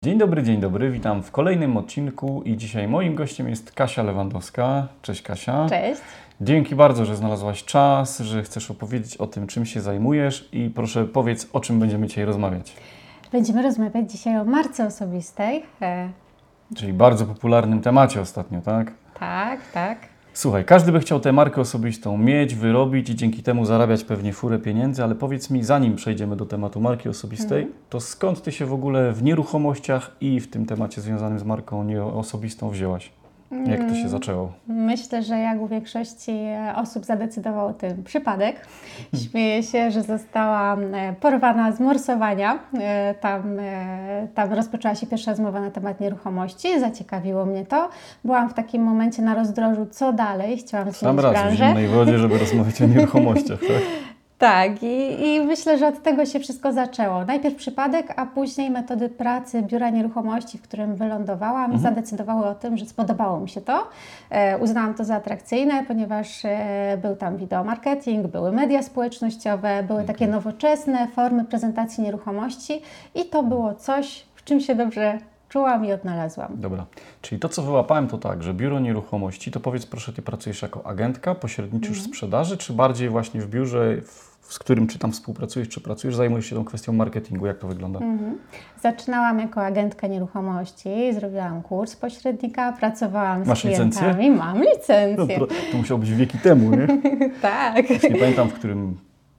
Dzień dobry, witam w kolejnym odcinku i dzisiaj moim gościem jest Kasia Lewandowska. Cześć Kasia. Cześć. Dzięki bardzo, że znalazłaś czas, że chcesz opowiedzieć o tym, czym się zajmujesz i proszę powiedz, o czym będziemy dzisiaj rozmawiać. Będziemy rozmawiać dzisiaj o marce osobistej. Czyli bardzo popularnym temacie ostatnio, tak? Tak. Słuchaj, każdy by chciał tę markę osobistą mieć, wyrobić i dzięki temu zarabiać pewnie furę pieniędzy, ale powiedz mi, zanim przejdziemy do tematu marki osobistej, to skąd Ty się w ogóle w nieruchomościach i w tym temacie związanym z marką osobistą wzięłaś? Jak to się zaczęło? Myślę, że jak u większości osób zadecydował o tym przypadek. Śmieję się, że zostałam porwana z morsowania. Tam rozpoczęła się pierwsza rozmowa na temat nieruchomości. Zaciekawiło mnie to. Byłam w takim momencie na rozdrożu, co dalej. Chciałam zmienić branżę. W zimnej wodzie, żeby rozmawiać o nieruchomościach, tak? Tak, i myślę, że od tego się wszystko zaczęło. Najpierw przypadek, a później metody pracy Biura Nieruchomości, w którym wylądowałam, zadecydowały o tym, że spodobało mi się to. Uznałam to za atrakcyjne, ponieważ był tam wideomarketing, były media społecznościowe, były takie nowoczesne formy prezentacji nieruchomości i to było coś, w czym się dobrze czułam i odnalazłam. Dobra, czyli to, co wyłapałem, to tak, że biuro nieruchomości, to powiedz proszę, Ty pracujesz jako agentka, pośredniczysz w sprzedaży, czy bardziej właśnie w biurze, z którym czy tam współpracujesz, czy pracujesz, zajmujesz się tą kwestią marketingu, jak to wygląda? Zaczynałam jako agentka nieruchomości, zrobiłam kurs pośrednika, pracowałam Masz z klientami. licencję? Mam licencję. To musiało być wieki temu, nie? Tak. Już nie pamiętam, w którym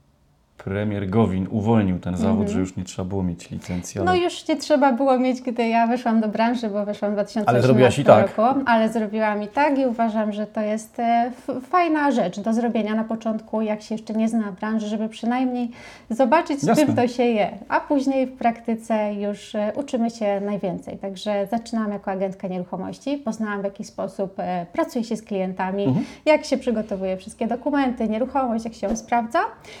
premier Gowin uwolnił ten zawód, że już nie trzeba było mieć licencji. Ale... No już nie trzeba było mieć, gdy ja weszłam do branży, bo weszłam w 2018 roku. Ale zrobiłam i tak i uważam, że to jest fajna rzecz do zrobienia na początku, jak się jeszcze nie zna branży, żeby przynajmniej zobaczyć, z czym to się je. A później w praktyce już uczymy się najwięcej. Także zaczynałam jako agentka nieruchomości, poznałam w jaki sposób pracuje się z klientami, jak się przygotowuje wszystkie dokumenty, nieruchomość, jak się ją sprawdza,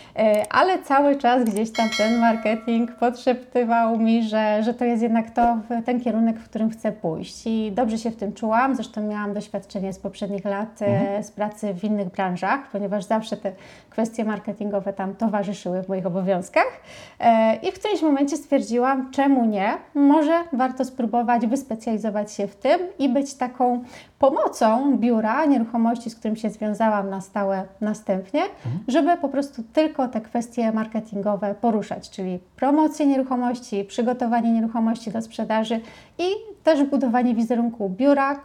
ale cały czas gdzieś tam ten marketing podszeptywał mi, że to jest jednak ten kierunek, w którym chcę pójść. I dobrze się w tym czułam. Zresztą miałam doświadczenie z poprzednich lat z pracy w innych branżach, ponieważ zawsze te kwestie marketingowe tam towarzyszyły w moich obowiązkach. I w którymś momencie stwierdziłam, czemu nie? Może warto spróbować wyspecjalizować się w tym i być taką pomocą biura nieruchomości, z którym się związałam na stałe następnie, żeby po prostu tylko te kwestie marketingowe poruszać, czyli promocję nieruchomości, przygotowanie nieruchomości do sprzedaży i też budowanie wizerunku biura,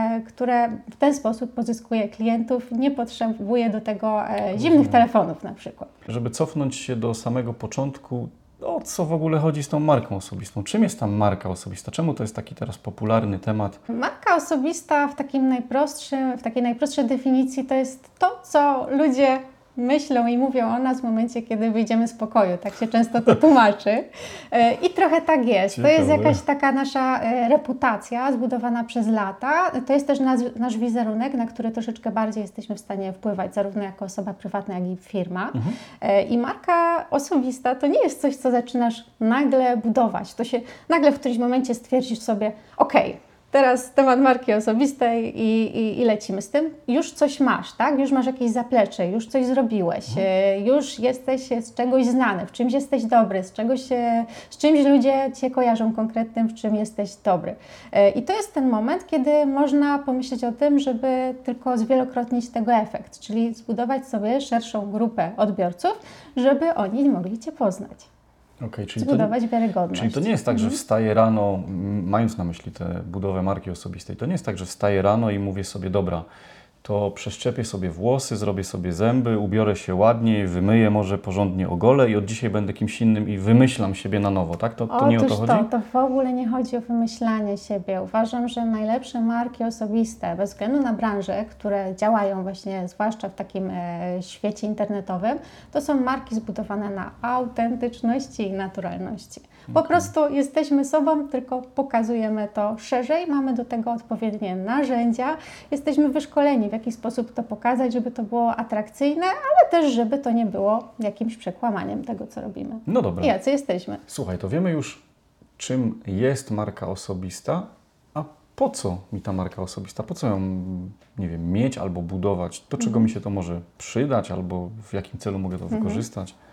które w ten sposób pozyskuje klientów, nie potrzebuje do tego zimnych telefonów na przykład. Żeby cofnąć się do samego początku, o co w ogóle chodzi z tą marką osobistą? Czym jest ta marka osobista? Czemu to jest taki teraz popularny temat? Marka osobista w takiej najprostszej definicji to jest to, co ludzie myślą i mówią o nas w momencie, kiedy wyjdziemy z pokoju. Tak się często to tłumaczy. I trochę tak jest. Ciekawe. To jest jakaś taka nasza reputacja zbudowana przez lata. To jest też nasz wizerunek, na który troszeczkę bardziej jesteśmy w stanie wpływać, zarówno jako osoba prywatna, jak i firma. I marka osobista to nie jest coś, co zaczynasz nagle budować. To się nagle w którymś momencie stwierdzisz sobie, okej, teraz temat marki osobistej i lecimy z tym. Już coś masz, tak? Już masz jakieś zaplecze, już coś zrobiłeś, już jesteś z czegoś znany, w czymś jesteś dobry, z czymś ludzie Cię kojarzą konkretnym, w czym jesteś dobry. I to jest ten moment, kiedy można pomyśleć o tym, żeby tylko zwielokrotnić tego efekt, czyli zbudować sobie szerszą grupę odbiorców, żeby oni mogli Cię poznać. Okay, zbudować wiarygodność. Czyli to nie jest tak, że wstaję rano, mając na myśli tę budowę marki osobistej, to nie jest tak, że wstaję rano i mówię sobie, dobra, to przeszczepię sobie włosy, zrobię sobie zęby, ubiorę się ładniej, wymyję może porządnie ogolę i od dzisiaj będę kimś innym i wymyślam siebie na nowo, tak? To nie o to chodzi? To w ogóle nie chodzi o wymyślanie siebie. Uważam, że najlepsze marki osobiste, bez względu na branże, które działają właśnie, zwłaszcza w takim świecie internetowym, to są marki zbudowane na autentyczności i naturalności. Po prostu jesteśmy sobą, tylko pokazujemy to szerzej, mamy do tego odpowiednie narzędzia, jesteśmy wyszkoleni, w jaki sposób to pokazać, żeby to było atrakcyjne, ale też, żeby to nie było jakimś przekłamaniem tego, co robimy. No dobra. I jacy jesteśmy. Słuchaj, to wiemy już, czym jest marka osobista, a po co mi ta marka osobista? Po co ją, nie wiem, mieć albo budować? Do czego mi się to może przydać albo w jakim celu mogę to wykorzystać?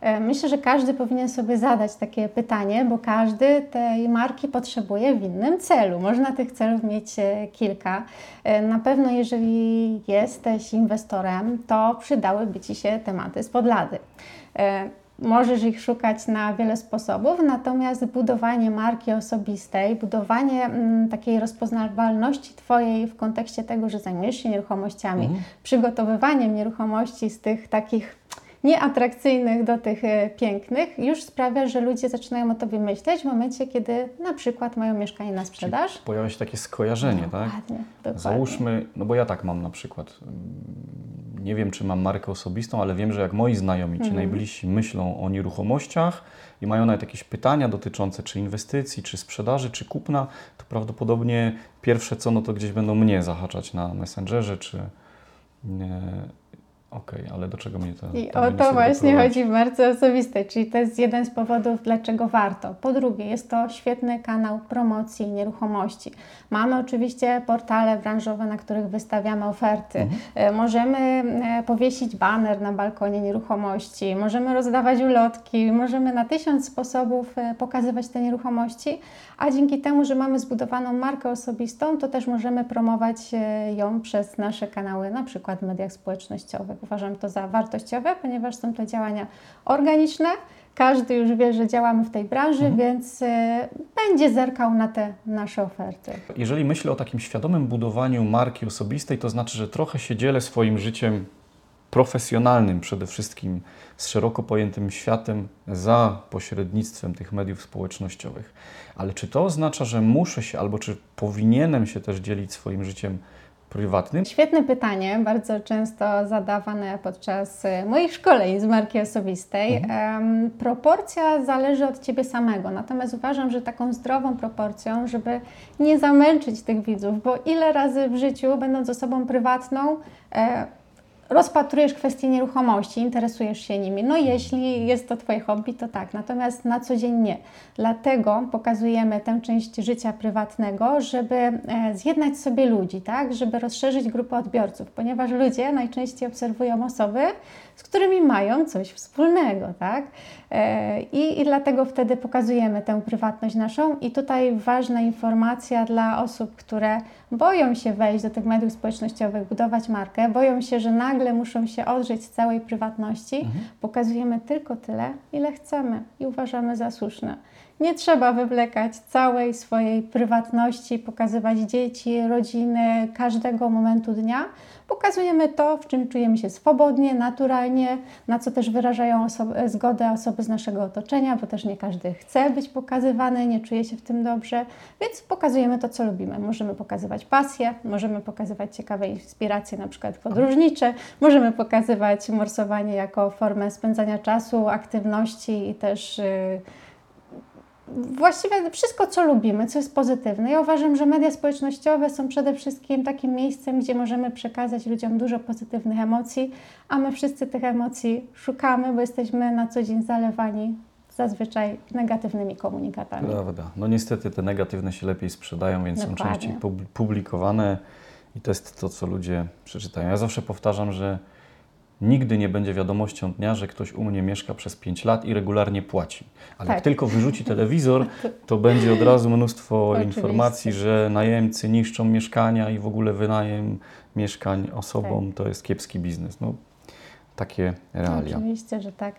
Myślę, że każdy powinien sobie zadać takie pytanie, bo każdy tej marki potrzebuje w innym celu. Można tych celów mieć kilka. Na pewno jeżeli jesteś inwestorem, to przydałyby Ci się tematy spod lady. Możesz ich szukać na wiele sposobów, natomiast budowanie marki osobistej, budowanie takiej rozpoznawalności Twojej w kontekście tego, że zajmujesz się nieruchomościami, przygotowywaniem nieruchomości z tych takich nieatrakcyjnych do tych pięknych, już sprawia, że ludzie zaczynają o Tobie myśleć w momencie, kiedy na przykład mają mieszkanie na sprzedaż. Czyli pojawia się takie skojarzenie, tak? Dokładnie. Załóżmy, no bo ja tak mam na przykład, nie wiem, czy mam markę osobistą, ale wiem, że jak moi znajomi, ci najbliżsi myślą o nieruchomościach i mają nawet jakieś pytania dotyczące czy inwestycji, czy sprzedaży, czy kupna, to prawdopodobnie pierwsze co, no to gdzieś będą mnie zahaczać na Messengerze, czy... Okej, ale do czego mnie to... I o to właśnie chodzi w marce osobistej, czyli to jest jeden z powodów, dlaczego warto. Po drugie, jest to świetny kanał promocji nieruchomości. Mamy oczywiście portale branżowe, na których wystawiamy oferty. Możemy powiesić baner na balkonie nieruchomości, możemy rozdawać ulotki, możemy na 1000 sposobów pokazywać te nieruchomości, a dzięki temu, że mamy zbudowaną markę osobistą, to też możemy promować ją przez nasze kanały, na przykład w mediach społecznościowych. Uważam to za wartościowe, ponieważ są to działania organiczne. Każdy już wie, że działamy w tej branży, więc będzie zerkał na te nasze oferty. Jeżeli myślę o takim świadomym budowaniu marki osobistej, to znaczy, że trochę się dzielę swoim życiem profesjonalnym przede wszystkim z szeroko pojętym światem za pośrednictwem tych mediów społecznościowych. Ale czy to oznacza, że muszę się albo czy powinienem się też dzielić swoim życiem prywatnym? Świetne pytanie, bardzo często zadawane podczas moich szkoleń z marki osobistej. Proporcja zależy od Ciebie samego, natomiast uważam, że taką zdrową proporcją, żeby nie zamęczyć tych widzów, bo ile razy w życiu, będąc osobą prywatną, rozpatrujesz kwestie nieruchomości, interesujesz się nimi. No jeśli jest to Twoje hobby, to tak, natomiast na co dzień nie. Dlatego pokazujemy tę część życia prywatnego, żeby zjednać sobie ludzi, tak? Żeby rozszerzyć grupę odbiorców, ponieważ ludzie najczęściej obserwują osoby, z którymi mają coś wspólnego, tak? I dlatego wtedy pokazujemy tę prywatność naszą i tutaj ważna informacja dla osób, które boją się wejść do tych mediów społecznościowych, budować markę, boją się, że nagle muszą się odrzeć z całej prywatności. Pokazujemy tylko tyle, ile chcemy i uważamy za słuszne. Nie trzeba wywlekać całej swojej prywatności, pokazywać dzieci, rodziny, każdego momentu dnia. Pokazujemy to, w czym czujemy się swobodnie, naturalnie, na co też wyrażają zgodę osoby z naszego otoczenia, bo też nie każdy chce być pokazywany, nie czuje się w tym dobrze, więc pokazujemy to, co lubimy. Możemy pokazywać pasję, możemy pokazywać ciekawe inspiracje, na przykład podróżnicze, możemy pokazywać morsowanie jako formę spędzania czasu, aktywności i też właściwie wszystko, co lubimy, co jest pozytywne. Ja uważam, że media społecznościowe są przede wszystkim takim miejscem, gdzie możemy przekazać ludziom dużo pozytywnych emocji, a my wszyscy tych emocji szukamy, bo jesteśmy na co dzień zalewani zazwyczaj negatywnymi komunikatami. Prawda. No niestety te negatywne się lepiej sprzedają, więc Dokładnie. są częściej publikowane i to jest to, co ludzie przeczytają. Ja zawsze powtarzam, że nigdy nie będzie wiadomością dnia, że ktoś u mnie mieszka przez 5 lat i regularnie płaci. Ale jak tylko wyrzuci telewizor, to będzie od razu mnóstwo informacji, że najemcy niszczą mieszkania i w ogóle wynajem mieszkań osobom to jest kiepski biznes. No, takie realia. Oczywiście, że tak.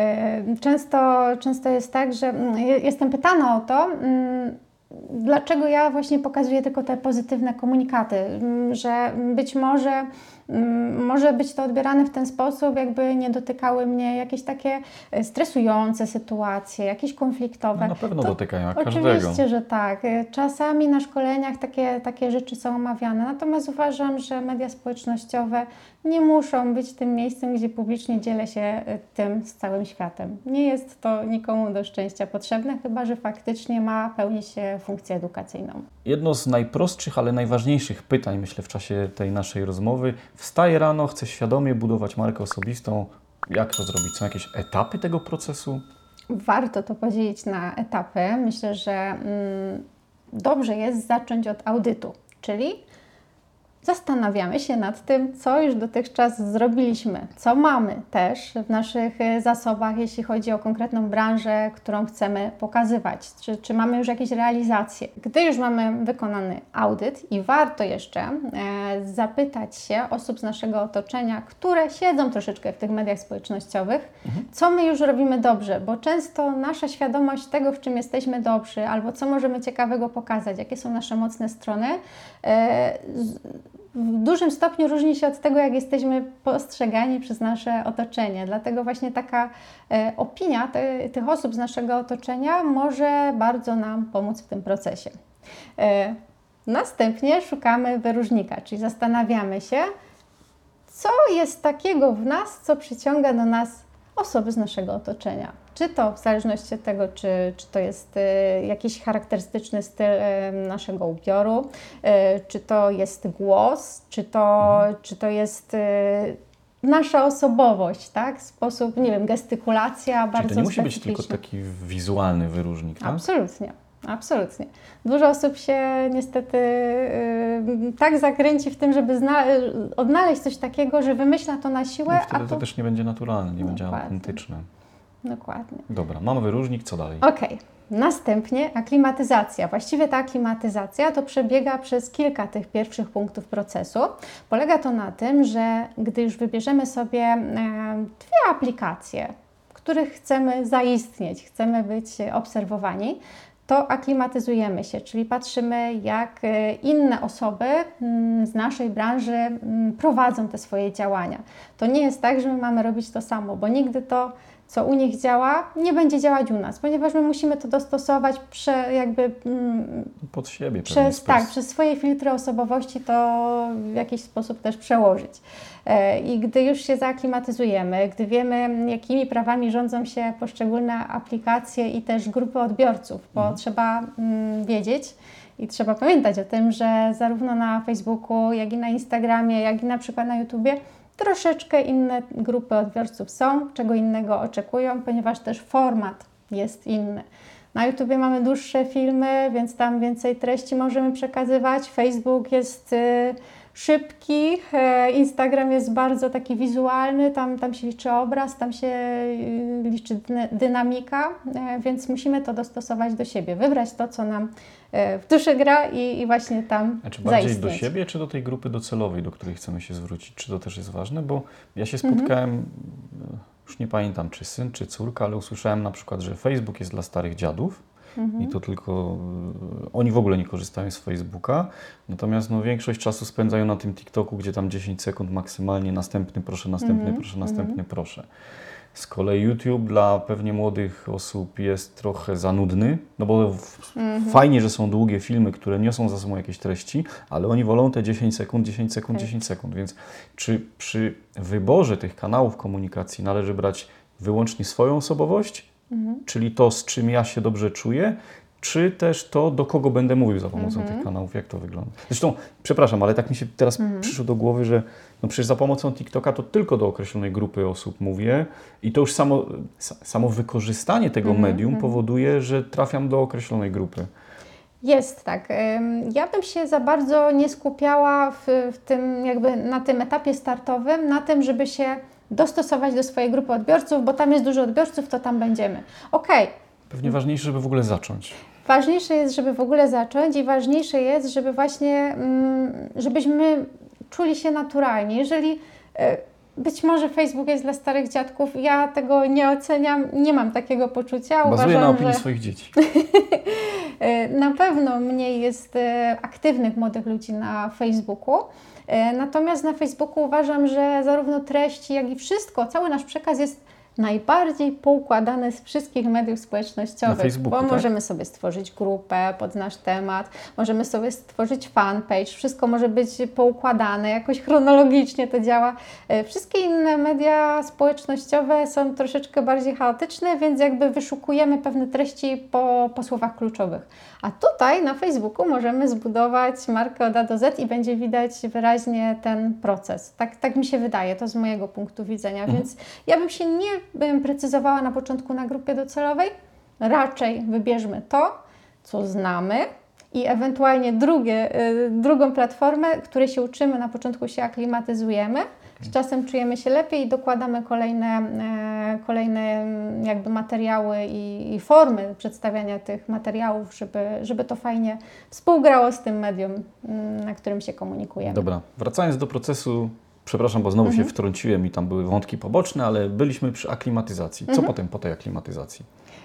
Często jest tak, że jestem pytana o to, dlaczego ja właśnie pokazuję tylko te pozytywne komunikaty, że być może być to odbierane w ten sposób, jakby nie dotykały mnie jakieś takie stresujące sytuacje, jakieś konfliktowe. No na pewno dotykają, jak oczywiście, każdego. Oczywiście, że tak. Czasami na szkoleniach takie rzeczy są omawiane, natomiast uważam, że media społecznościowe nie muszą być tym miejscem, gdzie publicznie dzielę się tym z całym światem. Nie jest to nikomu do szczęścia potrzebne, chyba że faktycznie ma pełnić funkcję edukacyjną. Jedno z najprostszych, ale najważniejszych pytań, myślę, w czasie tej naszej rozmowy. Wstaję rano, chcę świadomie budować markę osobistą. Jak to zrobić? Są jakieś etapy tego procesu? Warto to podzielić na etapy. Myślę, że dobrze jest zacząć od audytu, czyli zastanawiamy się nad tym, co już dotychczas zrobiliśmy, co mamy też w naszych zasobach, jeśli chodzi o konkretną branżę, którą chcemy pokazywać, czy mamy już jakieś realizacje. Gdy już mamy wykonany audyt i warto jeszcze zapytać się osób z naszego otoczenia, które siedzą troszeczkę w tych mediach społecznościowych, co my już robimy dobrze, bo często nasza świadomość tego, w czym jesteśmy dobrzy, albo co możemy ciekawego pokazać, jakie są nasze mocne strony, w dużym stopniu różni się od tego, jak jesteśmy postrzegani przez nasze otoczenie. Dlatego właśnie taka opinia tych osób z naszego otoczenia może bardzo nam pomóc w tym procesie. Następnie szukamy wyróżnika, czyli zastanawiamy się, co jest takiego w nas, co przyciąga do nas osoby z naszego otoczenia. Czy to w zależności od tego, czy to jest jakiś charakterystyczny styl naszego ubioru, czy to jest głos, czy to jest nasza osobowość, tak? Sposób, nie wiem, gestykulacja bardzo specyficzna. Czyli to nie musi być specyficzna. tylko taki wizualny wyróżnik, tak? Absolutnie. Absolutnie. Dużo osób się niestety tak zakręci w tym, żeby odnaleźć coś takiego, że wymyśla to na siłę. I wtedy to też nie będzie naturalne, nie będzie Dokładnie. autentyczne. Dokładnie. Dobra, mamy wyróżnik, co dalej? Okej. Następnie aklimatyzacja. Właściwie ta aklimatyzacja to przebiega przez kilka tych pierwszych punktów procesu. Polega to na tym, że gdy już wybierzemy sobie dwie aplikacje, w których chcemy zaistnieć, chcemy być obserwowani, to aklimatyzujemy się, czyli patrzymy, jak inne osoby z naszej branży prowadzą te swoje działania. To nie jest tak, że my mamy robić to samo, bo nigdy to, co u nich działa, nie będzie działać u nas, ponieważ my musimy to dostosować pod siebie. Przez swoje filtry osobowości to w jakiś sposób też przełożyć. I gdy już się zaaklimatyzujemy, gdy wiemy, jakimi prawami rządzą się poszczególne aplikacje i też grupy odbiorców, bo trzeba wiedzieć i trzeba pamiętać o tym, że zarówno na Facebooku, jak i na Instagramie, jak i na przykład na YouTubie troszeczkę inne grupy odbiorców są, czego innego oczekują, ponieważ też format jest inny. Na YouTubie mamy dłuższe filmy, więc tam więcej treści możemy przekazywać. Facebook jest szybki, Instagram jest bardzo taki wizualny, tam się liczy obraz, tam się liczy dynamika, więc musimy to dostosować do siebie, wybrać to, co nam w duszy gra i właśnie tam Czy bardziej zaistnieć. do siebie, czy do tej grupy docelowej, do której chcemy się zwrócić? Czy to też jest ważne? Bo ja się spotkałem, już nie pamiętam, czy syn, czy córka, ale usłyszałem na przykład, że Facebook jest dla starych dziadów i to tylko oni w ogóle nie korzystają z Facebooka, natomiast większość czasu spędzają na tym TikToku, gdzie tam 10 sekund maksymalnie, następny proszę, następny proszę, następny proszę. Z kolei YouTube dla pewnie młodych osób jest trochę za nudny, no bo fajnie, że są długie filmy, które niosą za sobą jakieś treści, ale oni wolą te 10 sekund, 10 sekund, 10 sekund. Więc czy przy wyborze tych kanałów komunikacji należy brać wyłącznie swoją osobowość, czyli to, z czym ja się dobrze czuję, czy też to, do kogo będę mówił za pomocą tych kanałów, jak to wygląda. Zresztą, przepraszam, ale tak mi się teraz przyszło do głowy, że przecież za pomocą TikToka to tylko do określonej grupy osób mówię i to już samo wykorzystanie tego medium powoduje, że trafiam do określonej grupy. Jest tak. Ja bym się za bardzo nie skupiała w tym, jakby na tym etapie startowym, na tym, żeby się dostosować do swojej grupy odbiorców, bo tam jest dużo odbiorców, to tam będziemy. Okej. Pewnie ważniejsze, żeby w ogóle zacząć. Ważniejsze jest, żeby w ogóle zacząć i ważniejsze jest, żeby właśnie, żebyśmy czuli się naturalnie. Jeżeli być może Facebook jest dla starych dziadków, ja tego nie oceniam, nie mam takiego poczucia. Bazuję na opinii swoich dzieci. Na pewno mniej jest aktywnych młodych ludzi na Facebooku. Natomiast na Facebooku uważam, że zarówno treści, jak i wszystko, cały nasz przekaz jest najbardziej poukładane z wszystkich mediów społecznościowych, na Facebooku, bo możemy sobie stworzyć grupę pod nasz temat, możemy sobie stworzyć fanpage, wszystko może być poukładane, jakoś chronologicznie to działa. Wszystkie inne media społecznościowe są troszeczkę bardziej chaotyczne, więc jakby wyszukujemy pewne treści po słowach kluczowych. A tutaj na Facebooku możemy zbudować markę od A do Z i będzie widać wyraźnie ten proces. Tak mi się wydaje, to z mojego punktu widzenia, więc ja bym się nie precyzowała na początku na grupie docelowej, raczej wybierzmy to, co znamy i ewentualnie drugą platformę, której się uczymy, na początku się aklimatyzujemy, z czasem czujemy się lepiej i dokładamy kolejne jakby materiały i formy przedstawiania tych materiałów, żeby to fajnie współgrało z tym medium, na którym się komunikujemy. Dobra, wracając do procesu, przepraszam, bo znowu się wtrąciłem i tam były wątki poboczne, ale byliśmy przy aklimatyzacji. Co potem po tej aklimatyzacji?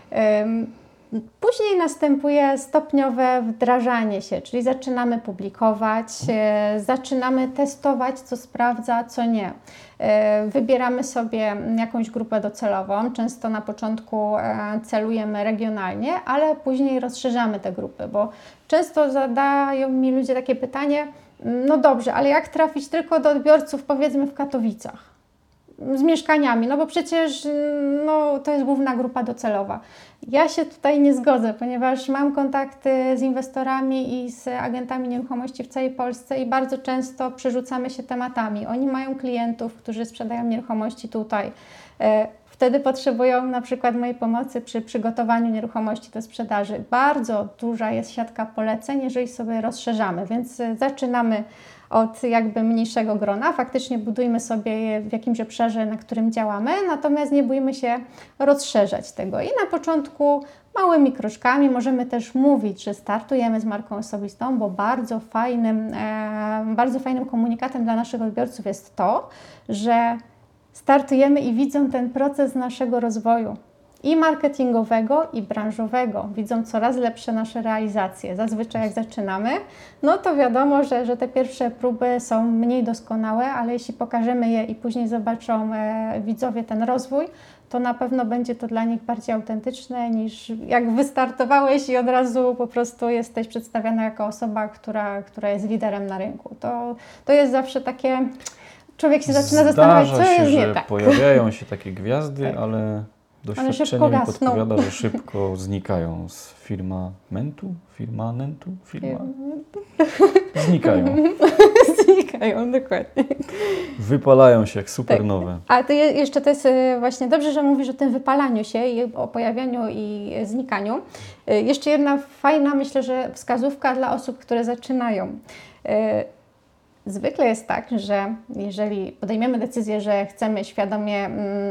Później następuje stopniowe wdrażanie się, czyli zaczynamy publikować, zaczynamy testować, co sprawdza, co nie. Wybieramy sobie jakąś grupę docelową, często na początku celujemy regionalnie, ale później rozszerzamy te grupy, bo często zadają mi ludzie takie pytanie, no dobrze, ale jak trafić tylko do odbiorców, powiedzmy, w Katowicach? Z mieszkaniami, no bo przecież to jest główna grupa docelowa. Ja się tutaj nie zgodzę, ponieważ mam kontakty z inwestorami i z agentami nieruchomości w całej Polsce i bardzo często przerzucamy się tematami. Oni mają klientów, którzy sprzedają nieruchomości tutaj. Wtedy potrzebują na przykład mojej pomocy przy przygotowaniu nieruchomości do sprzedaży. Bardzo duża jest siatka poleceń, jeżeli sobie rozszerzamy, więc zaczynamy od jakby mniejszego grona. Faktycznie budujmy sobie je w jakimś obszarze, na którym działamy, natomiast nie bójmy się rozszerzać tego. I na początku małymi kroczkami możemy też mówić, że startujemy z marką osobistą, bo bardzo fajnym komunikatem dla naszych odbiorców jest to, że startujemy i widzą ten proces naszego rozwoju i marketingowego, i branżowego. Widzą coraz lepsze nasze realizacje. Zazwyczaj jak zaczynamy, no to wiadomo, że te pierwsze próby są mniej doskonałe, ale jeśli pokażemy je i później zobaczą widzowie ten rozwój, to na pewno będzie to dla nich bardziej autentyczne niż jak wystartowałeś i od razu po prostu jesteś przedstawiana jako osoba, która jest liderem na rynku. To jest zawsze takie... Człowiek się zaczyna zastanawiać, co jest nie tak. Pojawiają się takie gwiazdy, ale doświadczenie mi podpowiada, że szybko znikają z firmamentu. Znikają. Znikają, dokładnie. Wypalają się jak supernowe. Tak. A to jeszcze to jest właśnie dobrze, że mówisz o tym wypalaniu się i o pojawianiu i znikaniu. Jeszcze jedna fajna, myślę, że wskazówka dla osób, które zaczynają. Zwykle jest tak, że jeżeli podejmiemy decyzję, że chcemy świadomie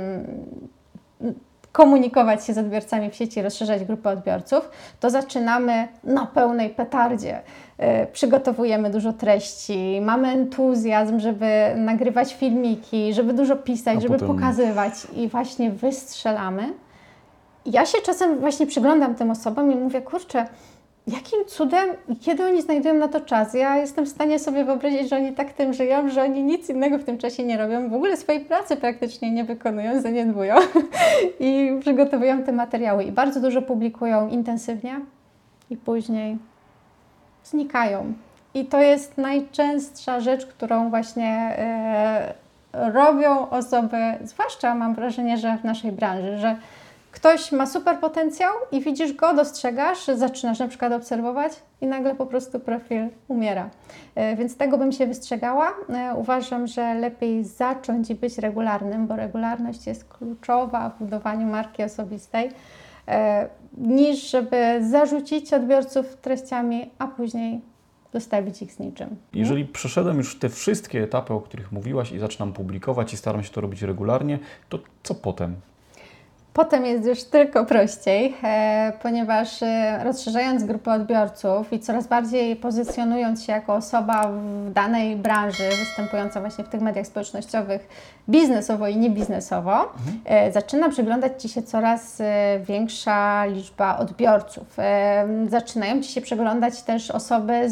komunikować się z odbiorcami w sieci, rozszerzać grupę odbiorców, to zaczynamy na pełnej petardzie. Przygotowujemy dużo treści, mamy entuzjazm, żeby nagrywać filmiki, żeby dużo pisać, żeby pokazywać i właśnie wystrzelamy. Ja się czasem właśnie przyglądam tym osobom i mówię, kurczę, jakim cudem i kiedy oni znajdują na to czas? Ja jestem w stanie sobie wyobrazić, że oni tak tym żyją, że oni nic innego w tym czasie nie robią, w ogóle swojej pracy praktycznie nie wykonują, zaniedbują i przygotowują te materiały i bardzo dużo publikują intensywnie i później znikają. I to jest najczęstsza rzecz, którą właśnie robią osoby, zwłaszcza mam wrażenie, że w naszej branży, że ktoś ma super potencjał i widzisz go, dostrzegasz, zaczynasz na przykład obserwować i nagle po prostu profil umiera. Więc tego bym się wystrzegała. Uważam, że lepiej zacząć i być regularnym, bo regularność jest kluczowa w budowaniu marki osobistej, niż żeby zarzucić odbiorców treściami, a później zostawić ich z niczym. Jeżeli przeszedłem już te wszystkie etapy, o których mówiłaś i zaczynam publikować i staram się to robić regularnie, to co potem? Potem jest już tylko prościej, ponieważ rozszerzając grupę odbiorców i coraz bardziej pozycjonując się jako osoba w danej branży, występująca właśnie w tych mediach społecznościowych biznesowo i niebiznesowo, zaczyna przyglądać Ci się coraz większa liczba odbiorców. Zaczynają Ci się przeglądać też osoby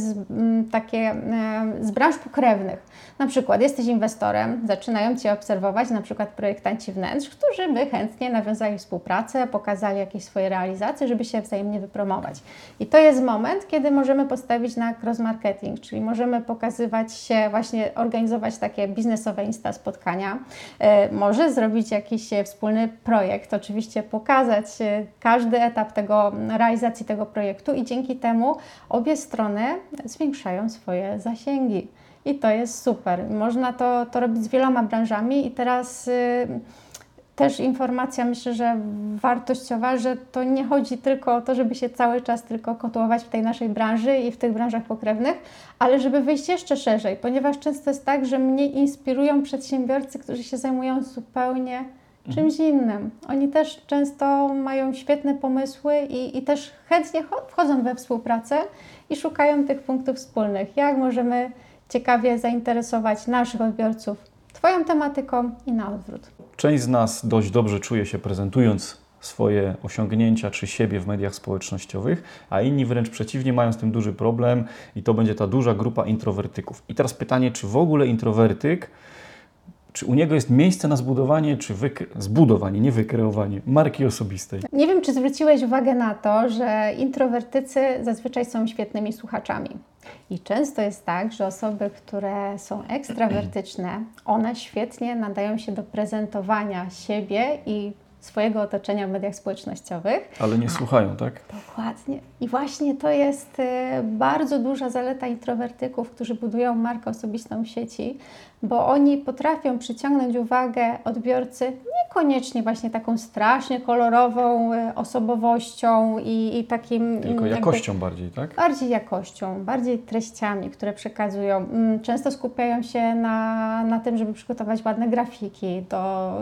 z branż pokrewnych. Na przykład jesteś inwestorem, zaczynają Cię obserwować na przykład projektanci wnętrz, którzy by chętnie nawiązali współpracę, pokazali jakieś swoje realizacje, żeby się wzajemnie wypromować. I to jest moment, kiedy możemy postawić na cross-marketing, czyli możemy pokazywać się, właśnie organizować takie biznesowe Insta spotkania, może zrobić jakiś wspólny projekt, oczywiście pokazać każdy etap realizacji tego projektu i dzięki temu obie strony zwiększają swoje zasięgi. I to jest super. Można to robić z wieloma branżami i teraz też informacja, myślę, że wartościowa, że to nie chodzi tylko o to, żeby się cały czas tylko kotłować w tej naszej branży i w tych branżach pokrewnych, ale żeby wyjść jeszcze szerzej, ponieważ często jest tak, że mnie inspirują przedsiębiorcy, którzy się zajmują zupełnie czymś innym. Oni też często mają świetne pomysły i też chętnie wchodzą we współpracę i szukają tych punktów wspólnych. Jak możemy ciekawie zainteresować naszych odbiorców Twoją tematyką i na odwrót. Część z nas dość dobrze czuje się prezentując swoje osiągnięcia czy siebie w mediach społecznościowych, a inni wręcz przeciwnie mają z tym duży problem i to będzie ta duża grupa introwertyków. I teraz pytanie, czy w ogóle introwertyk, czy u niego jest miejsce na zbudowanie, czy zbudowanie, nie wykreowanie marki osobistej? Nie wiem, czy zwróciłeś uwagę na to, że introwertycy zazwyczaj są świetnymi słuchaczami. I często jest tak, że osoby, które są ekstrawertyczne, one świetnie nadają się do prezentowania siebie i swojego otoczenia w mediach społecznościowych. Ale nie słuchają, tak? Dokładnie. I właśnie to jest bardzo duża zaleta introwertyków, którzy budują markę osobistą w sieci, bo oni potrafią przyciągnąć uwagę odbiorcy niekoniecznie właśnie taką strasznie kolorową osobowością i takim... Tylko jakością bardziej, tak? Bardziej jakością, bardziej treściami, które przekazują. Często skupiają się na tym, żeby przygotować ładne grafiki do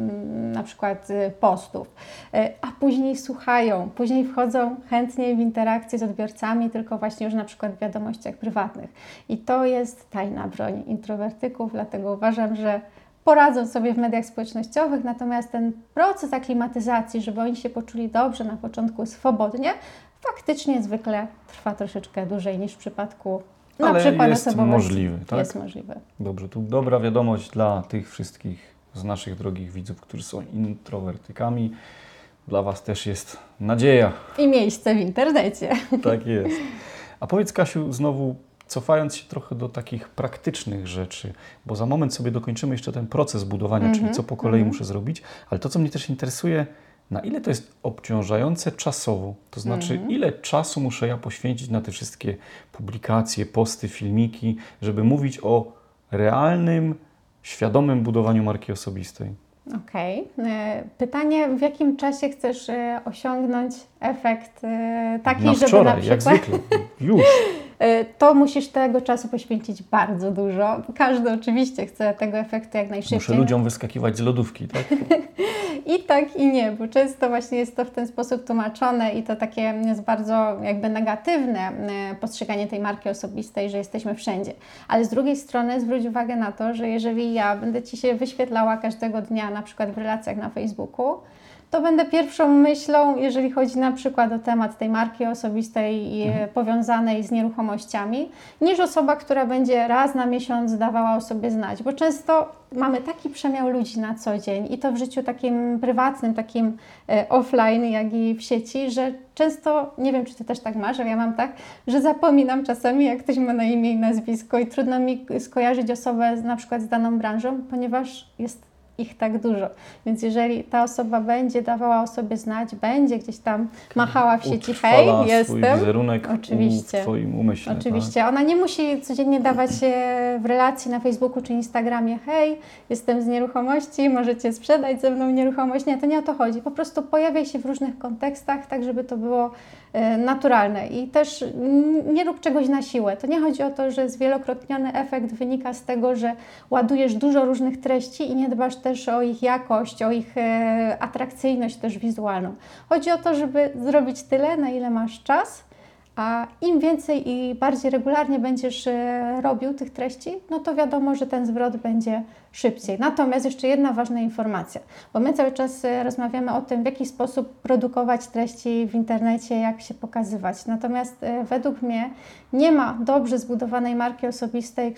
na przykład postów, a później słuchają, później wchodzą chętnie w interakcję z odbiorcami, tylko właśnie już na przykład w wiadomościach prywatnych. I to jest tajna broń introwertyków, dlatego uważam, że poradzą sobie w mediach społecznościowych, natomiast ten proces aklimatyzacji, żeby oni się poczuli dobrze na początku, swobodnie, faktycznie zwykle trwa troszeczkę dłużej niż w przypadku na przykład jest osobowości. możliwy, tak? Jest możliwy. Dobrze, tu dobra wiadomość dla tych wszystkich z naszych drogich widzów, którzy są introwertykami. Dla Was też jest nadzieja. I miejsce w internecie. Tak jest. A powiedz, Kasiu, znowu cofając się trochę do takich praktycznych rzeczy, bo za moment sobie dokończymy jeszcze ten proces budowania, czyli co po kolei muszę zrobić, ale to, co mnie też interesuje, na ile to jest obciążające czasowo? To znaczy, ile czasu muszę ja poświęcić na te wszystkie publikacje, posty, filmiki, żeby mówić o realnym, świadomym budowaniu marki osobistej? Okej. Pytanie, w jakim czasie chcesz osiągnąć efekt taki, na żeby wczoraj, na przykład... jak zwykle. Już. To musisz tego czasu poświęcić bardzo dużo. Każdy oczywiście chce tego efektu jak najszybciej. Muszę ludziom wyskakiwać z lodówki, tak? I tak, i nie, bo często właśnie jest to w ten sposób tłumaczone i to takie jest bardzo jakby negatywne postrzeganie tej marki osobistej, że jesteśmy wszędzie. Ale z drugiej strony zwróć uwagę na to, że jeżeli ja będę Ci się wyświetlała każdego dnia na przykład w relacjach na Facebooku, to będę pierwszą myślą, jeżeli chodzi na przykład o temat tej marki osobistej powiązanej z nieruchomościami, niż osoba, która będzie raz na miesiąc dawała o sobie znać. Bo często mamy taki przemiał ludzi na co dzień i to w życiu takim prywatnym, takim offline, jak i w sieci, że często, nie wiem, czy Ty też tak masz, ale ja mam tak, że zapominam czasami, jak ktoś ma na imię i nazwisko i trudno mi skojarzyć osobę na przykład z daną branżą, ponieważ jest ich tak dużo. Więc jeżeli ta osoba będzie dawała o sobie znać, będzie gdzieś tam machała w sieci, hej, jestem. Swój wizerunek oczywiście, w Twoim umyśle. Oczywiście. Tak? Ona nie musi codziennie dawać w relacji na Facebooku czy Instagramie, hej, jestem z nieruchomości, możecie sprzedać ze mną nieruchomość. Nie, to nie o to chodzi. Po prostu pojawiaj się w różnych kontekstach, tak żeby to było naturalne. I też nie rób czegoś na siłę. To nie chodzi o to, że zwielokrotniony efekt wynika z tego, że ładujesz dużo różnych treści i nie dbasz też o ich jakość, o ich atrakcyjność też wizualną. Chodzi o to, żeby zrobić tyle, na ile masz czas, a im więcej i bardziej regularnie będziesz robił tych treści, no to wiadomo, że ten zwrot będzie szybciej. Natomiast jeszcze jedna ważna informacja, bo my cały czas rozmawiamy o tym, w jaki sposób produkować treści w internecie, jak się pokazywać. Natomiast według mnie nie ma dobrze zbudowanej marki osobistej,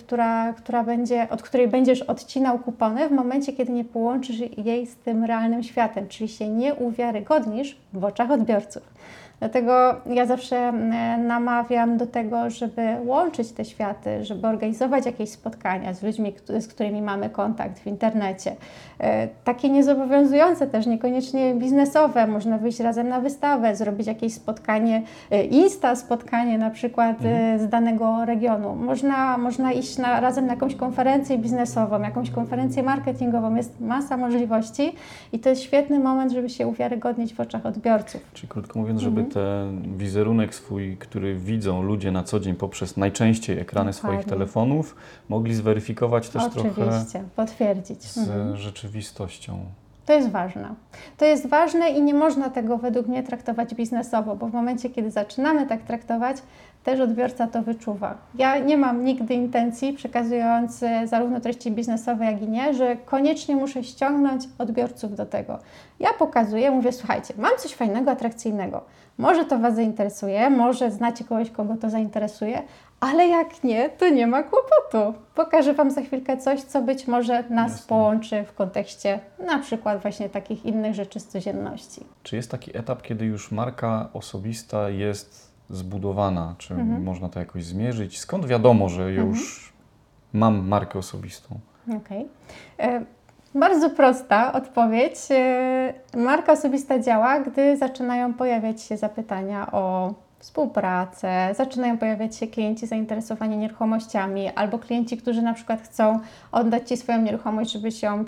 od której będziesz odcinał kupony w momencie, kiedy nie połączysz jej z tym realnym światem, czyli się nie uwiarygodnisz w oczach odbiorców. Dlatego ja zawsze namawiam do tego, żeby łączyć te światy, żeby organizować jakieś spotkania z ludźmi, z którymi mamy kontakt w internecie. Takie niezobowiązujące też, niekoniecznie biznesowe. Można wyjść razem na wystawę, zrobić jakieś spotkanie, spotkanie na przykład z danego regionu. Można iść razem na jakąś konferencję biznesową, jakąś konferencję marketingową. Jest masa możliwości i to jest świetny moment, żeby się uwiarygodnić w oczach odbiorców. Czyli krótko mówiąc, żeby ten wizerunek swój, który widzą ludzie na co dzień poprzez najczęściej ekrany swoich telefonów, mogli zweryfikować też Oczywiście, potwierdzić. Z rzeczywistością. To jest ważne. To jest ważne i nie można tego według mnie traktować biznesowo, bo w momencie, kiedy zaczynamy tak traktować, też odbiorca to wyczuwa. Ja nie mam nigdy intencji, przekazując zarówno treści biznesowe, jak i nie, że koniecznie muszę ściągnąć odbiorców do tego. Ja pokazuję, mówię, słuchajcie, mam coś fajnego, atrakcyjnego. Może to Was zainteresuje, może znacie kogoś, kogo to zainteresuje, ale jak nie, to nie ma kłopotu. Pokażę Wam za chwilkę coś, co być może nas połączy w kontekście na przykład właśnie takich innych rzeczy z codzienności. Czy jest taki etap, kiedy już marka osobista jest zbudowana? Czy można to jakoś zmierzyć? Skąd wiadomo, że już mam markę osobistą? Okej. Bardzo prosta odpowiedź. Marka osobista działa, gdy zaczynają pojawiać się zapytania o współpracę, zaczynają pojawiać się klienci zainteresowani nieruchomościami albo klienci, którzy na przykład chcą oddać Ci swoją nieruchomość, żebyś ją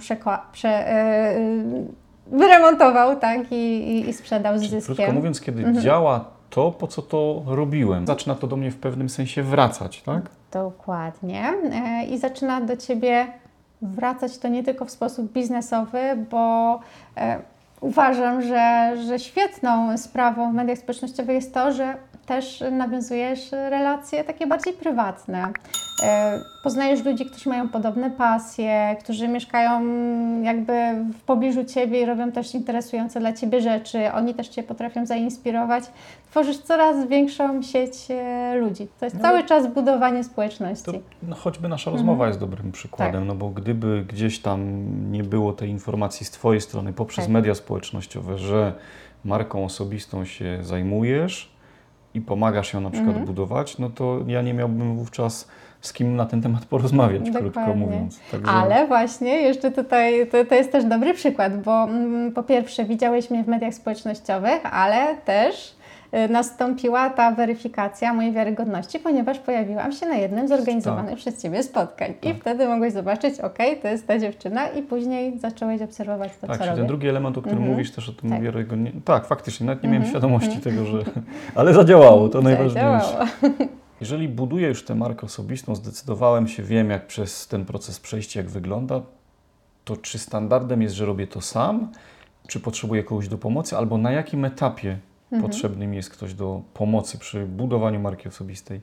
wyremontował, tak, i sprzedał z zyskiem. Krótko mówiąc, kiedy działa to, po co to robiłem, zaczyna to do mnie w pewnym sensie wracać, tak? Dokładnie. I zaczyna do Ciebie wracać to nie tylko w sposób biznesowy, bo uważam, że świetną sprawą w mediach społecznościowych jest to, że też nawiązujesz relacje takie bardziej prywatne. Poznajesz ludzi, którzy mają podobne pasje, którzy mieszkają jakby w pobliżu Ciebie i robią też interesujące dla Ciebie rzeczy. Oni też Cię potrafią zainspirować. Tworzysz coraz większą sieć ludzi. To jest cały czas budowanie społeczności. To, choćby nasza rozmowa jest dobrym przykładem, Tak. no bo gdyby gdzieś tam nie było tej informacji z Twojej strony poprzez media społecznościowe, że marką osobistą się zajmujesz i pomagasz ją na przykład budować, no to ja nie miałbym wówczas z kim na ten temat porozmawiać, krótko mówiąc. Także... Ale właśnie, jeszcze tutaj, to jest też dobry przykład, bo po pierwsze widziałeś mnie w mediach społecznościowych, ale też nastąpiła ta weryfikacja mojej wiarygodności, ponieważ pojawiłam się na jednym z organizowanych przez Ciebie spotkań. I wtedy mogłeś zobaczyć, okej, to jest ta dziewczyna i później zacząłeś obserwować to, co robię. Ten drugi element, o którym mówisz, też o tym wiarygodnie. Tak, faktycznie, nawet nie miałem świadomości tego, że... Ale zadziałało, to najważniejsze. Jeżeli buduję już tę markę osobistą, zdecydowałem się, wiem jak przez ten proces przejść, jak wygląda, to czy standardem jest, że robię to sam, czy potrzebuję kogoś do pomocy, albo na jakim etapie potrzebny mi jest ktoś do pomocy przy budowaniu marki osobistej?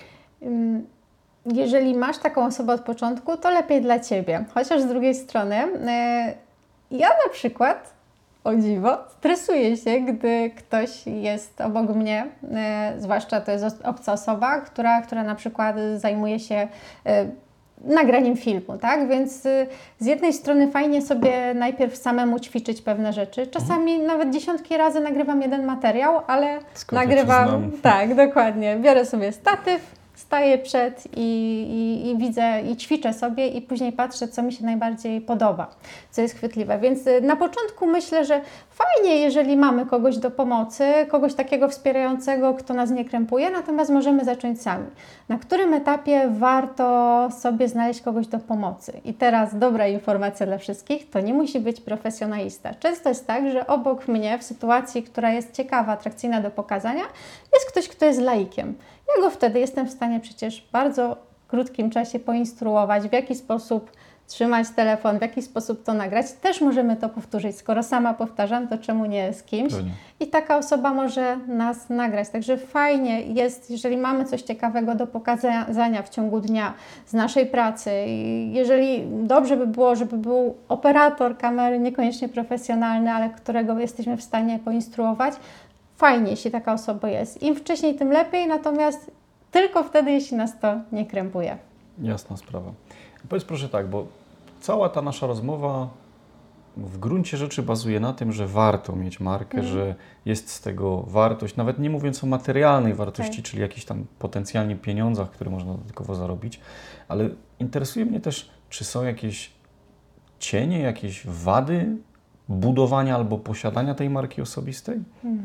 Jeżeli masz taką osobę od początku, to lepiej dla Ciebie. Chociaż z drugiej strony, ja na przykład, o dziwo, stresuję się, gdy ktoś jest obok mnie, zwłaszcza to jest obca osoba, która na przykład zajmuje się nagraniem filmu, tak? Więc z jednej strony fajnie sobie najpierw samemu ćwiczyć pewne rzeczy. Czasami nawet dziesiątki razy nagrywam jeden materiał, ale nagrywam... Tak, dokładnie. Biorę sobie statyw, staję przed i widzę i ćwiczę sobie i później patrzę, co mi się najbardziej podoba, co jest chwytliwe. Więc na początku myślę, że fajnie, jeżeli mamy kogoś do pomocy, kogoś takiego wspierającego, kto nas nie krępuje, natomiast możemy zacząć sami. Na którym etapie warto sobie znaleźć kogoś do pomocy? I teraz dobra informacja dla wszystkich, to nie musi być profesjonalista. Często jest tak, że obok mnie w sytuacji, która jest ciekawa, atrakcyjna do pokazania, jest ktoś, kto jest laikiem. Ja go wtedy jestem w stanie przecież w bardzo krótkim czasie poinstruować, w jaki sposób trzymać telefon, w jaki sposób to nagrać. Też możemy to powtórzyć. Skoro sama powtarzam, to czemu nie z kimś? Pewnie. I taka osoba może nas nagrać. Także fajnie jest, jeżeli mamy coś ciekawego do pokazania w ciągu dnia z naszej pracy. I jeżeli dobrze by było, żeby był operator kamery, niekoniecznie profesjonalny, ale którego jesteśmy w stanie poinstruować, fajnie, jeśli taka osoba jest. Im wcześniej, tym lepiej, natomiast tylko wtedy, jeśli nas to nie krępuje. Jasna sprawa. Powiedz proszę tak, bo cała ta nasza rozmowa w gruncie rzeczy bazuje na tym, że warto mieć markę, że jest z tego wartość, nawet nie mówiąc o materialnej wartości, czyli jakichś tam potencjalnie pieniądzach, które można dodatkowo zarobić, ale interesuje mnie też, czy są jakieś cienie, jakieś wady budowania albo posiadania tej marki osobistej?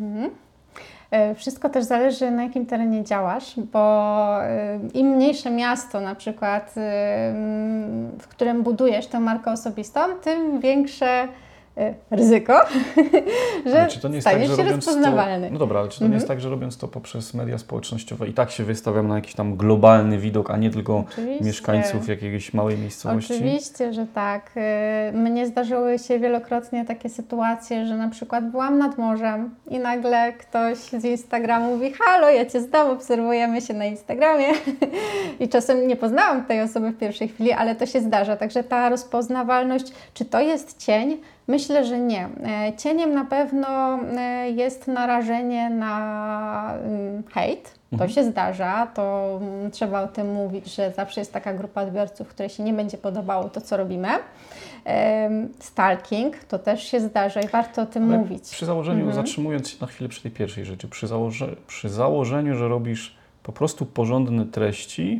Wszystko też zależy, na jakim terenie działasz, bo im mniejsze miasto na przykład, w którym budujesz tę markę osobistą, tym większe ryzyko, że staniesz się rozpoznawalny. No dobra, ale czy to nie jest tak, że robiąc to poprzez media społecznościowe i tak się wystawiam na jakiś tam globalny widok, a nie tylko mieszkańców jakiejś małej miejscowości? Oczywiście, że tak. Mnie zdarzyły się wielokrotnie takie sytuacje, że na przykład byłam nad morzem i nagle ktoś z Instagramu mówi: halo, ja Cię znam, obserwujemy się na Instagramie. I czasem nie poznałam tej osoby w pierwszej chwili, ale to się zdarza. Także ta rozpoznawalność, czy to jest cień? Myślę, że nie. Cieniem na pewno jest narażenie na hejt. To się zdarza, to trzeba o tym mówić, że zawsze jest taka grupa odbiorców, której się nie będzie podobało to, co robimy. Stalking, to też się zdarza i warto o tym mówić. Przy założeniu, zatrzymując się na chwilę przy tej pierwszej rzeczy, przy założeniu, że robisz po prostu porządne treści,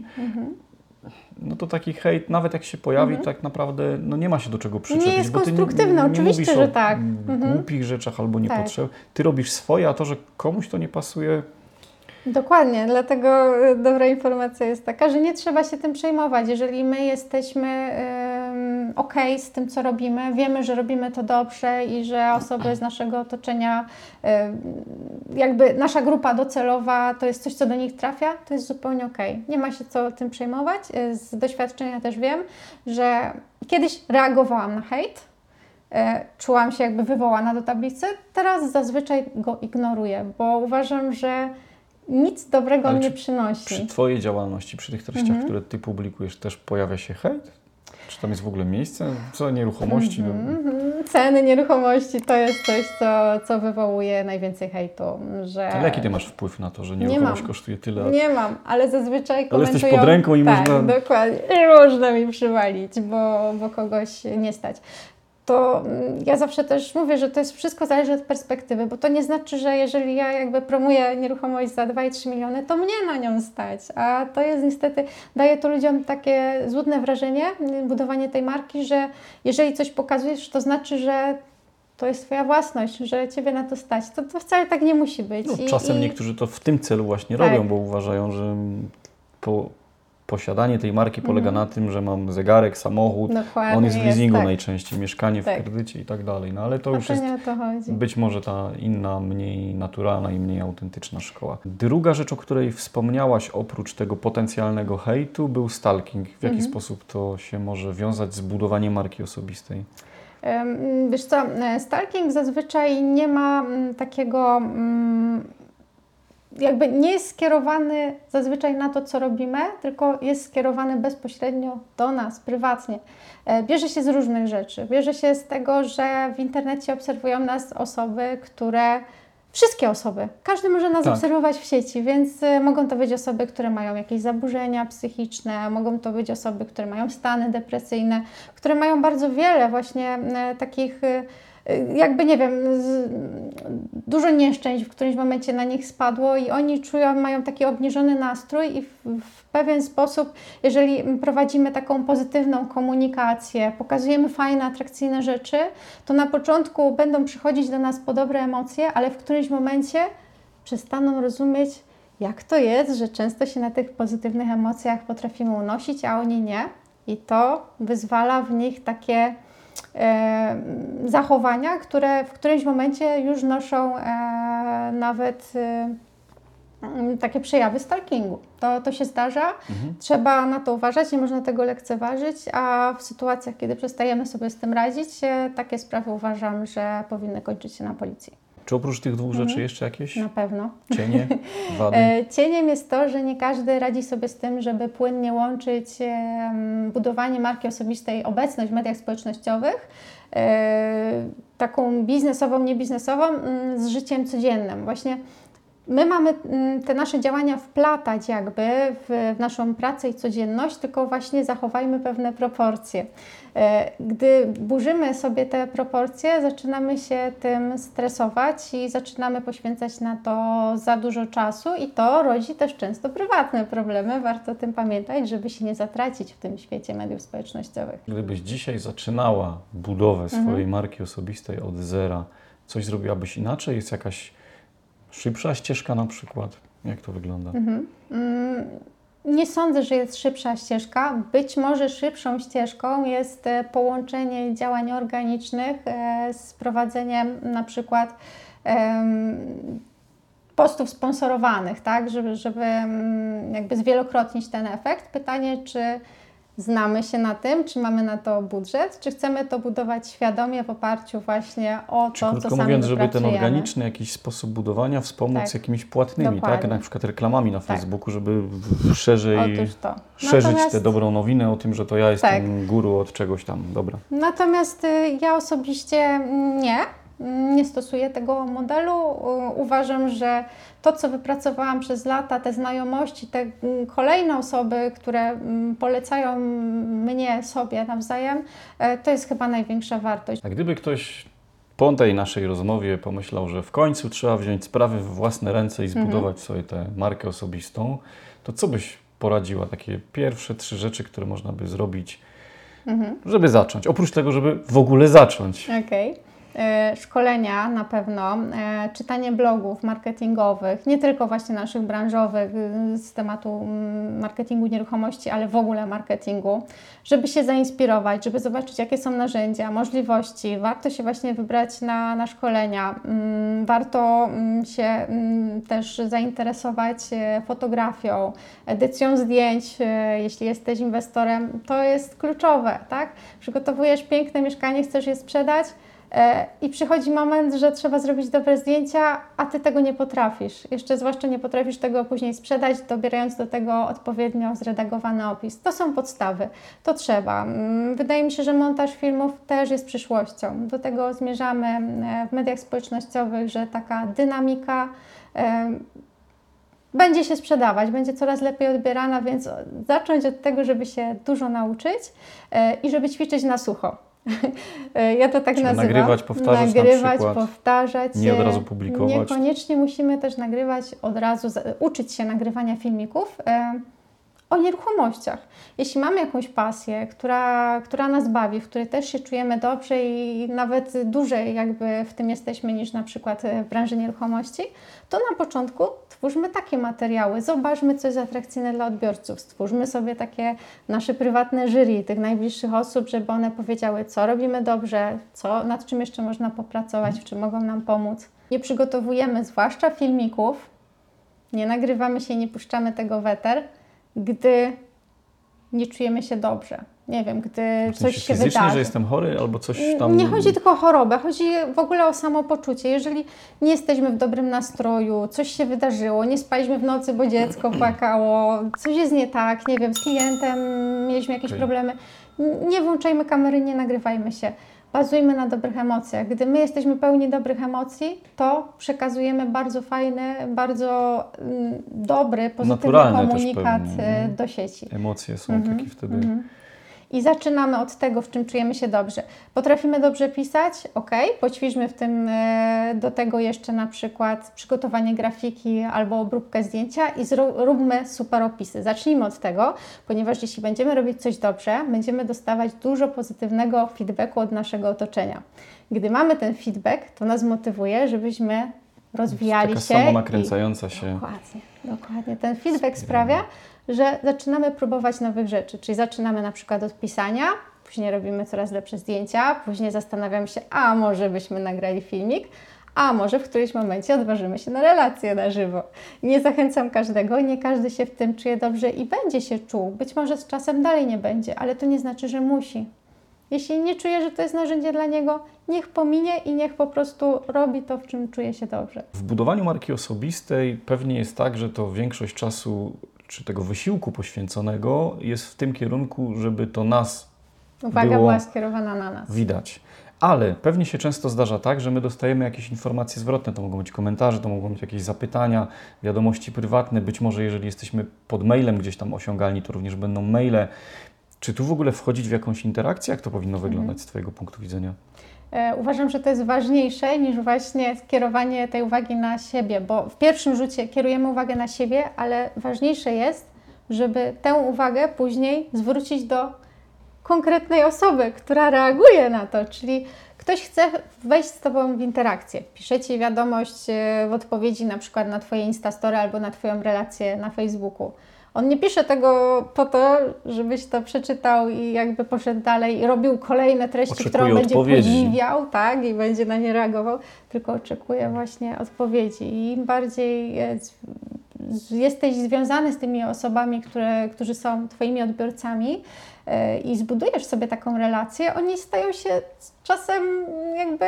no to taki hejt, nawet jak się pojawi, tak naprawdę no nie ma się do czego przyczepić. Nie jest bo ty konstruktywny, nie oczywiście, mówisz że o tak. głupich rzeczach albo niepotrzebnych. Ty robisz swoje, a to, że komuś to nie pasuje... Dokładnie, dlatego dobra informacja jest taka, że nie trzeba się tym przejmować. Jeżeli my jesteśmy okej z tym, co robimy, wiemy, że robimy to dobrze i że osoby z naszego otoczenia, jakby nasza grupa docelowa, to jest coś, co do nich trafia, to jest zupełnie okej. Nie ma się co tym przejmować. Z doświadczenia też wiem, że kiedyś reagowałam na hejt, czułam się jakby wywołana do tablicy, teraz zazwyczaj go ignoruję, bo uważam, że nic dobrego on nie przynosi. Przy Twojej działalności, przy tych treściach, które Ty publikujesz, też pojawia się hejt? Czy tam jest w ogóle miejsce? Co nieruchomości? Ceny nieruchomości to jest coś, co wywołuje najwięcej hejtu. Ale jaki Ty masz wpływ na to, że nieruchomość kosztuje tyle? Nie mam, ale zazwyczaj komentują... Ale jesteś pod ręką i tak, można... dokładnie. I można mi przywalić, bo kogoś nie stać. To ja zawsze też mówię, że to jest wszystko zależy od perspektywy, bo to nie znaczy, że jeżeli ja jakby promuję nieruchomość za 2,3 miliony, to mnie na nią stać, a to jest niestety, daje to ludziom takie złudne wrażenie, budowanie tej marki, że jeżeli coś pokazujesz, to znaczy, że to jest Twoja własność, że Ciebie na to stać. To wcale tak nie musi być. No, czasem niektórzy to w tym celu właśnie robią, bo uważają, że posiadanie tej marki polega na tym, że mam zegarek, samochód, on jest w leasingu najczęściej, mieszkanie w kredycie i tak dalej. No ale to już jest być może ta inna, mniej naturalna i mniej autentyczna szkoła. Druga rzecz, o której wspomniałaś oprócz tego potencjalnego hejtu, był stalking. W jaki sposób to się może wiązać z budowaniem marki osobistej? Wiesz co, stalking zazwyczaj nie ma takiego... jakby nie jest skierowany zazwyczaj na to, co robimy, tylko jest skierowany bezpośrednio do nas, prywatnie. Bierze się z różnych rzeczy. Bierze się z tego, że w internecie obserwują nas osoby, wszystkie osoby. Każdy może nas obserwować w sieci, więc mogą to być osoby, które mają jakieś zaburzenia psychiczne, mogą to być osoby, które mają stany depresyjne, które mają bardzo wiele właśnie takich... jakby, nie wiem, dużo nieszczęść w którymś momencie na nich spadło i oni mają taki obniżony nastrój i w pewien sposób, jeżeli prowadzimy taką pozytywną komunikację, pokazujemy fajne, atrakcyjne rzeczy, to na początku będą przychodzić do nas po dobre emocje, ale w którymś momencie przestaną rozumieć, jak to jest, że często się na tych pozytywnych emocjach potrafimy unosić, a oni nie. I to wyzwala w nich takie zachowania, które w którymś momencie już noszą nawet takie przejawy stalkingu. To się zdarza, trzeba na to uważać, nie można tego lekceważyć, a w sytuacjach, kiedy przestajemy sobie z tym radzić, takie sprawy uważam, że powinny kończyć się na policji. Czy oprócz tych dwóch rzeczy jeszcze jakieś? Na pewno. Cienie, wady? Cieniem jest to, że nie każdy radzi sobie z tym, żeby płynnie łączyć budowanie marki osobistej, obecność w mediach społecznościowych, taką biznesową, niebiznesową, z życiem codziennym. Właśnie My mamy te nasze działania wplatać jakby w naszą pracę i codzienność, tylko właśnie zachowajmy pewne proporcje. Gdy burzymy sobie te proporcje, zaczynamy się tym stresować i zaczynamy poświęcać na to za dużo czasu i to rodzi też często prywatne problemy. Warto o tym pamiętać, żeby się nie zatracić w tym świecie mediów społecznościowych. Gdybyś dzisiaj zaczynała budowę swojej marki osobistej od zera, coś zrobiłabyś inaczej? Jest jakaś szybsza ścieżka na przykład? Jak to wygląda? Nie sądzę, że jest szybsza ścieżka. Być może szybszą ścieżką jest połączenie działań organicznych z prowadzeniem na przykład postów sponsorowanych, tak? Żeby jakby zwielokrotnić ten efekt. Pytanie, czy znamy się na tym, czy mamy na to budżet, czy chcemy to budować świadomie w oparciu właśnie o Czy to, krótko co sami mówiąc, żeby ten wypracujemy. organiczny jakiś sposób budowania wspomóc jakimiś płatnymi, Dokładnie. tak? Na przykład reklamami na Facebooku, żeby szerzej Otóż to. szerzyć tę dobrą nowinę o tym, że to ja jestem guru od czegoś tam. Dobra. Natomiast ja osobiście nie stosuję tego modelu. Uważam, że to, co wypracowałam przez lata, te znajomości, te kolejne osoby, które polecają mnie sobie nawzajem, to jest chyba największa wartość. A gdyby ktoś po tej naszej rozmowie pomyślał, że w końcu trzeba wziąć sprawy w własne ręce i zbudować sobie tę markę osobistą, to co byś poradziła? Takie pierwsze 3 rzeczy, które można by zrobić, żeby zacząć? Oprócz tego, żeby w ogóle zacząć. Okej. Szkolenia na pewno, czytanie blogów marketingowych, nie tylko właśnie naszych branżowych z tematu marketingu nieruchomości, ale w ogóle marketingu, żeby się zainspirować, żeby zobaczyć, jakie są narzędzia, możliwości. Warto się właśnie wybrać na szkolenia. Warto się też zainteresować fotografią, edycją zdjęć, jeśli jesteś inwestorem. To jest kluczowe, tak? Przygotowujesz piękne mieszkanie, chcesz je sprzedać, i przychodzi moment, że trzeba zrobić dobre zdjęcia, a Ty tego nie potrafisz. Jeszcze zwłaszcza nie potrafisz tego później sprzedać, dobierając do tego odpowiednio zredagowany opis. To są podstawy, to trzeba. Wydaje mi się, że montaż filmów też jest przyszłością. Do tego zmierzamy w mediach społecznościowych, że taka dynamika będzie się sprzedawać, będzie coraz lepiej odbierana, więc zacząć od tego, żeby się dużo nauczyć i żeby ćwiczyć na sucho. Ja to tak Czyli nazywam. Nagrywać, powtarzać na przykład, powtarzać. nie od razu publikować. Niekoniecznie musimy też nagrywać od razu, uczyć się nagrywania filmików o nieruchomościach. Jeśli mamy jakąś pasję, która nas bawi, w której też się czujemy dobrze i nawet dłużej jakby w tym jesteśmy niż na przykład w branży nieruchomości, to na początku twórzmy takie materiały, zobaczmy, co jest atrakcyjne dla odbiorców, stwórzmy sobie takie nasze prywatne jury tych najbliższych osób, żeby one powiedziały, co robimy dobrze, nad czym jeszcze można popracować, w czym mogą nam pomóc. Nie przygotowujemy zwłaszcza filmików, nie nagrywamy się i nie puszczamy tego w eter, gdy nie czujemy się dobrze. Nie wiem, gdy coś się wydarzy. Że jestem chory albo coś tam... Nie chodzi tylko o chorobę, chodzi w ogóle o samopoczucie. Jeżeli nie jesteśmy w dobrym nastroju, coś się wydarzyło, nie spaliśmy w nocy, bo dziecko płakało, coś jest nie tak, nie wiem, z klientem mieliśmy jakieś problemy, nie włączajmy kamery, nie nagrywajmy się. Bazujmy na dobrych emocjach. Gdy my jesteśmy pełni dobrych emocji, to przekazujemy bardzo fajny, bardzo dobry, pozytywny komunikat do sieci. Emocje są takie wtedy... I zaczynamy od tego, w czym czujemy się dobrze. Potrafimy dobrze pisać? Ok, poćwiczmy w tym do tego jeszcze na przykład przygotowanie grafiki albo obróbkę zdjęcia i róbmy super opisy. Zacznijmy od tego, ponieważ jeśli będziemy robić coś dobrze, będziemy dostawać dużo pozytywnego feedbacku od naszego otoczenia. Gdy mamy ten feedback, to nas motywuje, żebyśmy rozwijali taka się. Taka samonakręcająca się. Dokładnie. Ten feedback sprawia, że zaczynamy próbować nowych rzeczy, czyli zaczynamy na przykład od pisania, później robimy coraz lepsze zdjęcia, później zastanawiamy się, a może byśmy nagrali filmik, a może w którymś momencie odważymy się na relację na żywo. Nie zachęcam każdego, nie każdy się w tym czuje dobrze i będzie się czuł. Być może z czasem dalej nie będzie, ale to nie znaczy, że musi. Jeśli nie czuje, że to jest narzędzie dla niego, niech pominie i niech po prostu robi to, w czym czuje się dobrze. W budowaniu marki osobistej pewnie jest tak, że to większość czasu czy tego wysiłku poświęconego jest w tym kierunku, żeby to nas Uwaga była skierowana na nas. Widać. Ale pewnie się często zdarza tak, że my dostajemy jakieś informacje zwrotne, to mogą być komentarze, to mogą być jakieś zapytania, wiadomości prywatne, być może jeżeli jesteśmy pod mailem gdzieś tam osiągalni, to również będą maile. Czy tu w ogóle wchodzić w jakąś interakcję? Jak to powinno wyglądać z Twojego punktu widzenia? Uważam, że to jest ważniejsze niż właśnie skierowanie tej uwagi na siebie, bo w pierwszym rzucie kierujemy uwagę na siebie, ale ważniejsze jest, żeby tę uwagę później zwrócić do konkretnej osoby, która reaguje na to, czyli ktoś chce wejść z Tobą w interakcję, pisze Ci wiadomość w odpowiedzi na przykład na Twoje Instastory albo na Twoją relację na Facebooku. On nie pisze tego po to, żebyś to przeczytał i jakby poszedł dalej i robił kolejne treści, które będzie podziwiał, tak, i będzie na nie reagował, tylko oczekuje właśnie odpowiedzi. I im bardziej jesteś związany z tymi osobami, którzy są Twoimi odbiorcami i zbudujesz sobie taką relację, oni stają się czasem jakby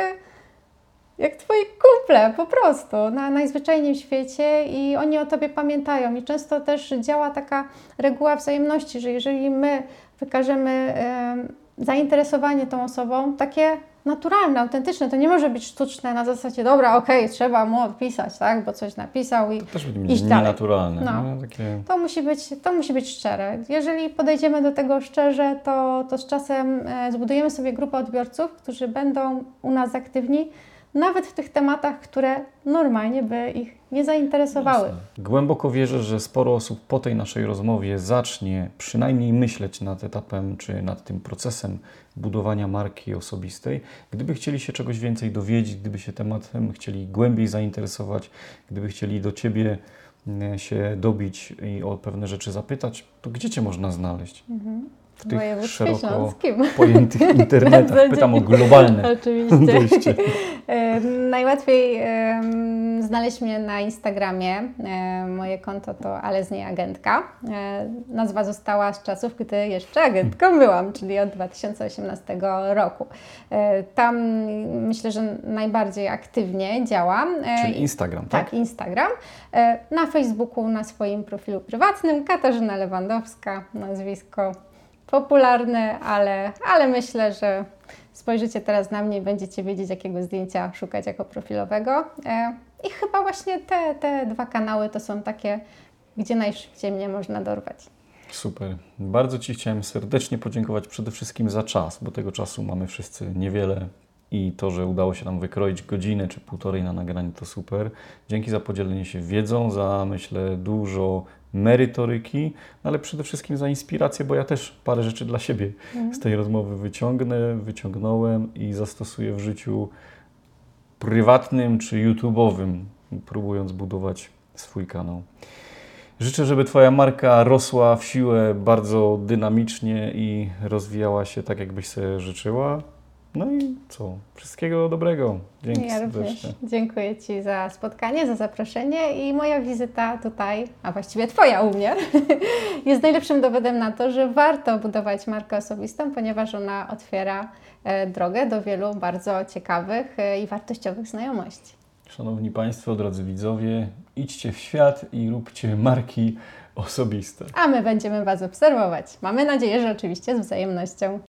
jak Twoi kumple, po prostu, na najzwyczajniej w świecie i oni o Tobie pamiętają. I często też działa taka reguła wzajemności, że jeżeli my wykażemy zainteresowanie tą osobą, takie naturalne, autentyczne, to nie może być sztuczne na zasadzie, dobra, okej, trzeba mu odpisać, tak, bo coś napisał i to też iść dalej. Nienaturalne. No. Takie... To musi być szczere. Jeżeli podejdziemy do tego szczerze, to z czasem zbudujemy sobie grupę odbiorców, którzy będą u nas aktywni, nawet w tych tematach, które normalnie by ich nie zainteresowały. Jasne. Głęboko wierzę, że sporo osób po tej naszej rozmowie zacznie przynajmniej myśleć nad etapem czy nad tym procesem budowania marki osobistej. Gdyby chcieli się czegoś więcej dowiedzieć, gdyby się tematem chcieli głębiej zainteresować, gdyby chcieli do Ciebie się dobić i o pewne rzeczy zapytać, to gdzie Cię można znaleźć? W tych szeroko pojętych internetach. Pytam o globalne dojście. Najłatwiej znaleźć mnie na Instagramie. Moje konto to Ale z niej agentka. Nazwa została z czasów, gdy jeszcze agentką byłam, czyli od 2018 roku. Tam myślę, że najbardziej aktywnie działam. Czyli Instagram, tak? Tak, Instagram. Na Facebooku, na swoim profilu prywatnym Katarzyna Lewandowska, nazwisko popularne, ale myślę, że spojrzycie teraz na mnie i będziecie wiedzieć, jakiego zdjęcia szukać jako profilowego. I chyba właśnie te dwa kanały to są takie, gdzie najszybciej mnie można dorwać. Super. Bardzo Ci chciałem serdecznie podziękować przede wszystkim za czas, bo tego czasu mamy wszyscy niewiele i to, że udało się nam wykroić godzinę czy półtorej na nagranie, to super. Dzięki za podzielenie się wiedzą, za myślę dużo merytoryki, ale przede wszystkim za inspirację, bo ja też parę rzeczy dla siebie z tej rozmowy wyciągnąłem i zastosuję w życiu prywatnym czy YouTube'owym, próbując budować swój kanał. Życzę, żeby Twoja marka rosła w siłę bardzo dynamicznie i rozwijała się tak, jakbyś sobie życzyła. No i co? Wszystkiego dobrego. Dzięki ja również serdecznie. Dziękuję Ci za spotkanie, za zaproszenie i moja wizyta tutaj, a właściwie Twoja u mnie, jest najlepszym dowodem na to, że warto budować markę osobistą, ponieważ ona otwiera drogę do wielu bardzo ciekawych i wartościowych znajomości. Szanowni Państwo, drodzy widzowie, idźcie w świat i róbcie marki osobiste. A my będziemy Was obserwować. Mamy nadzieję, że oczywiście z wzajemnością.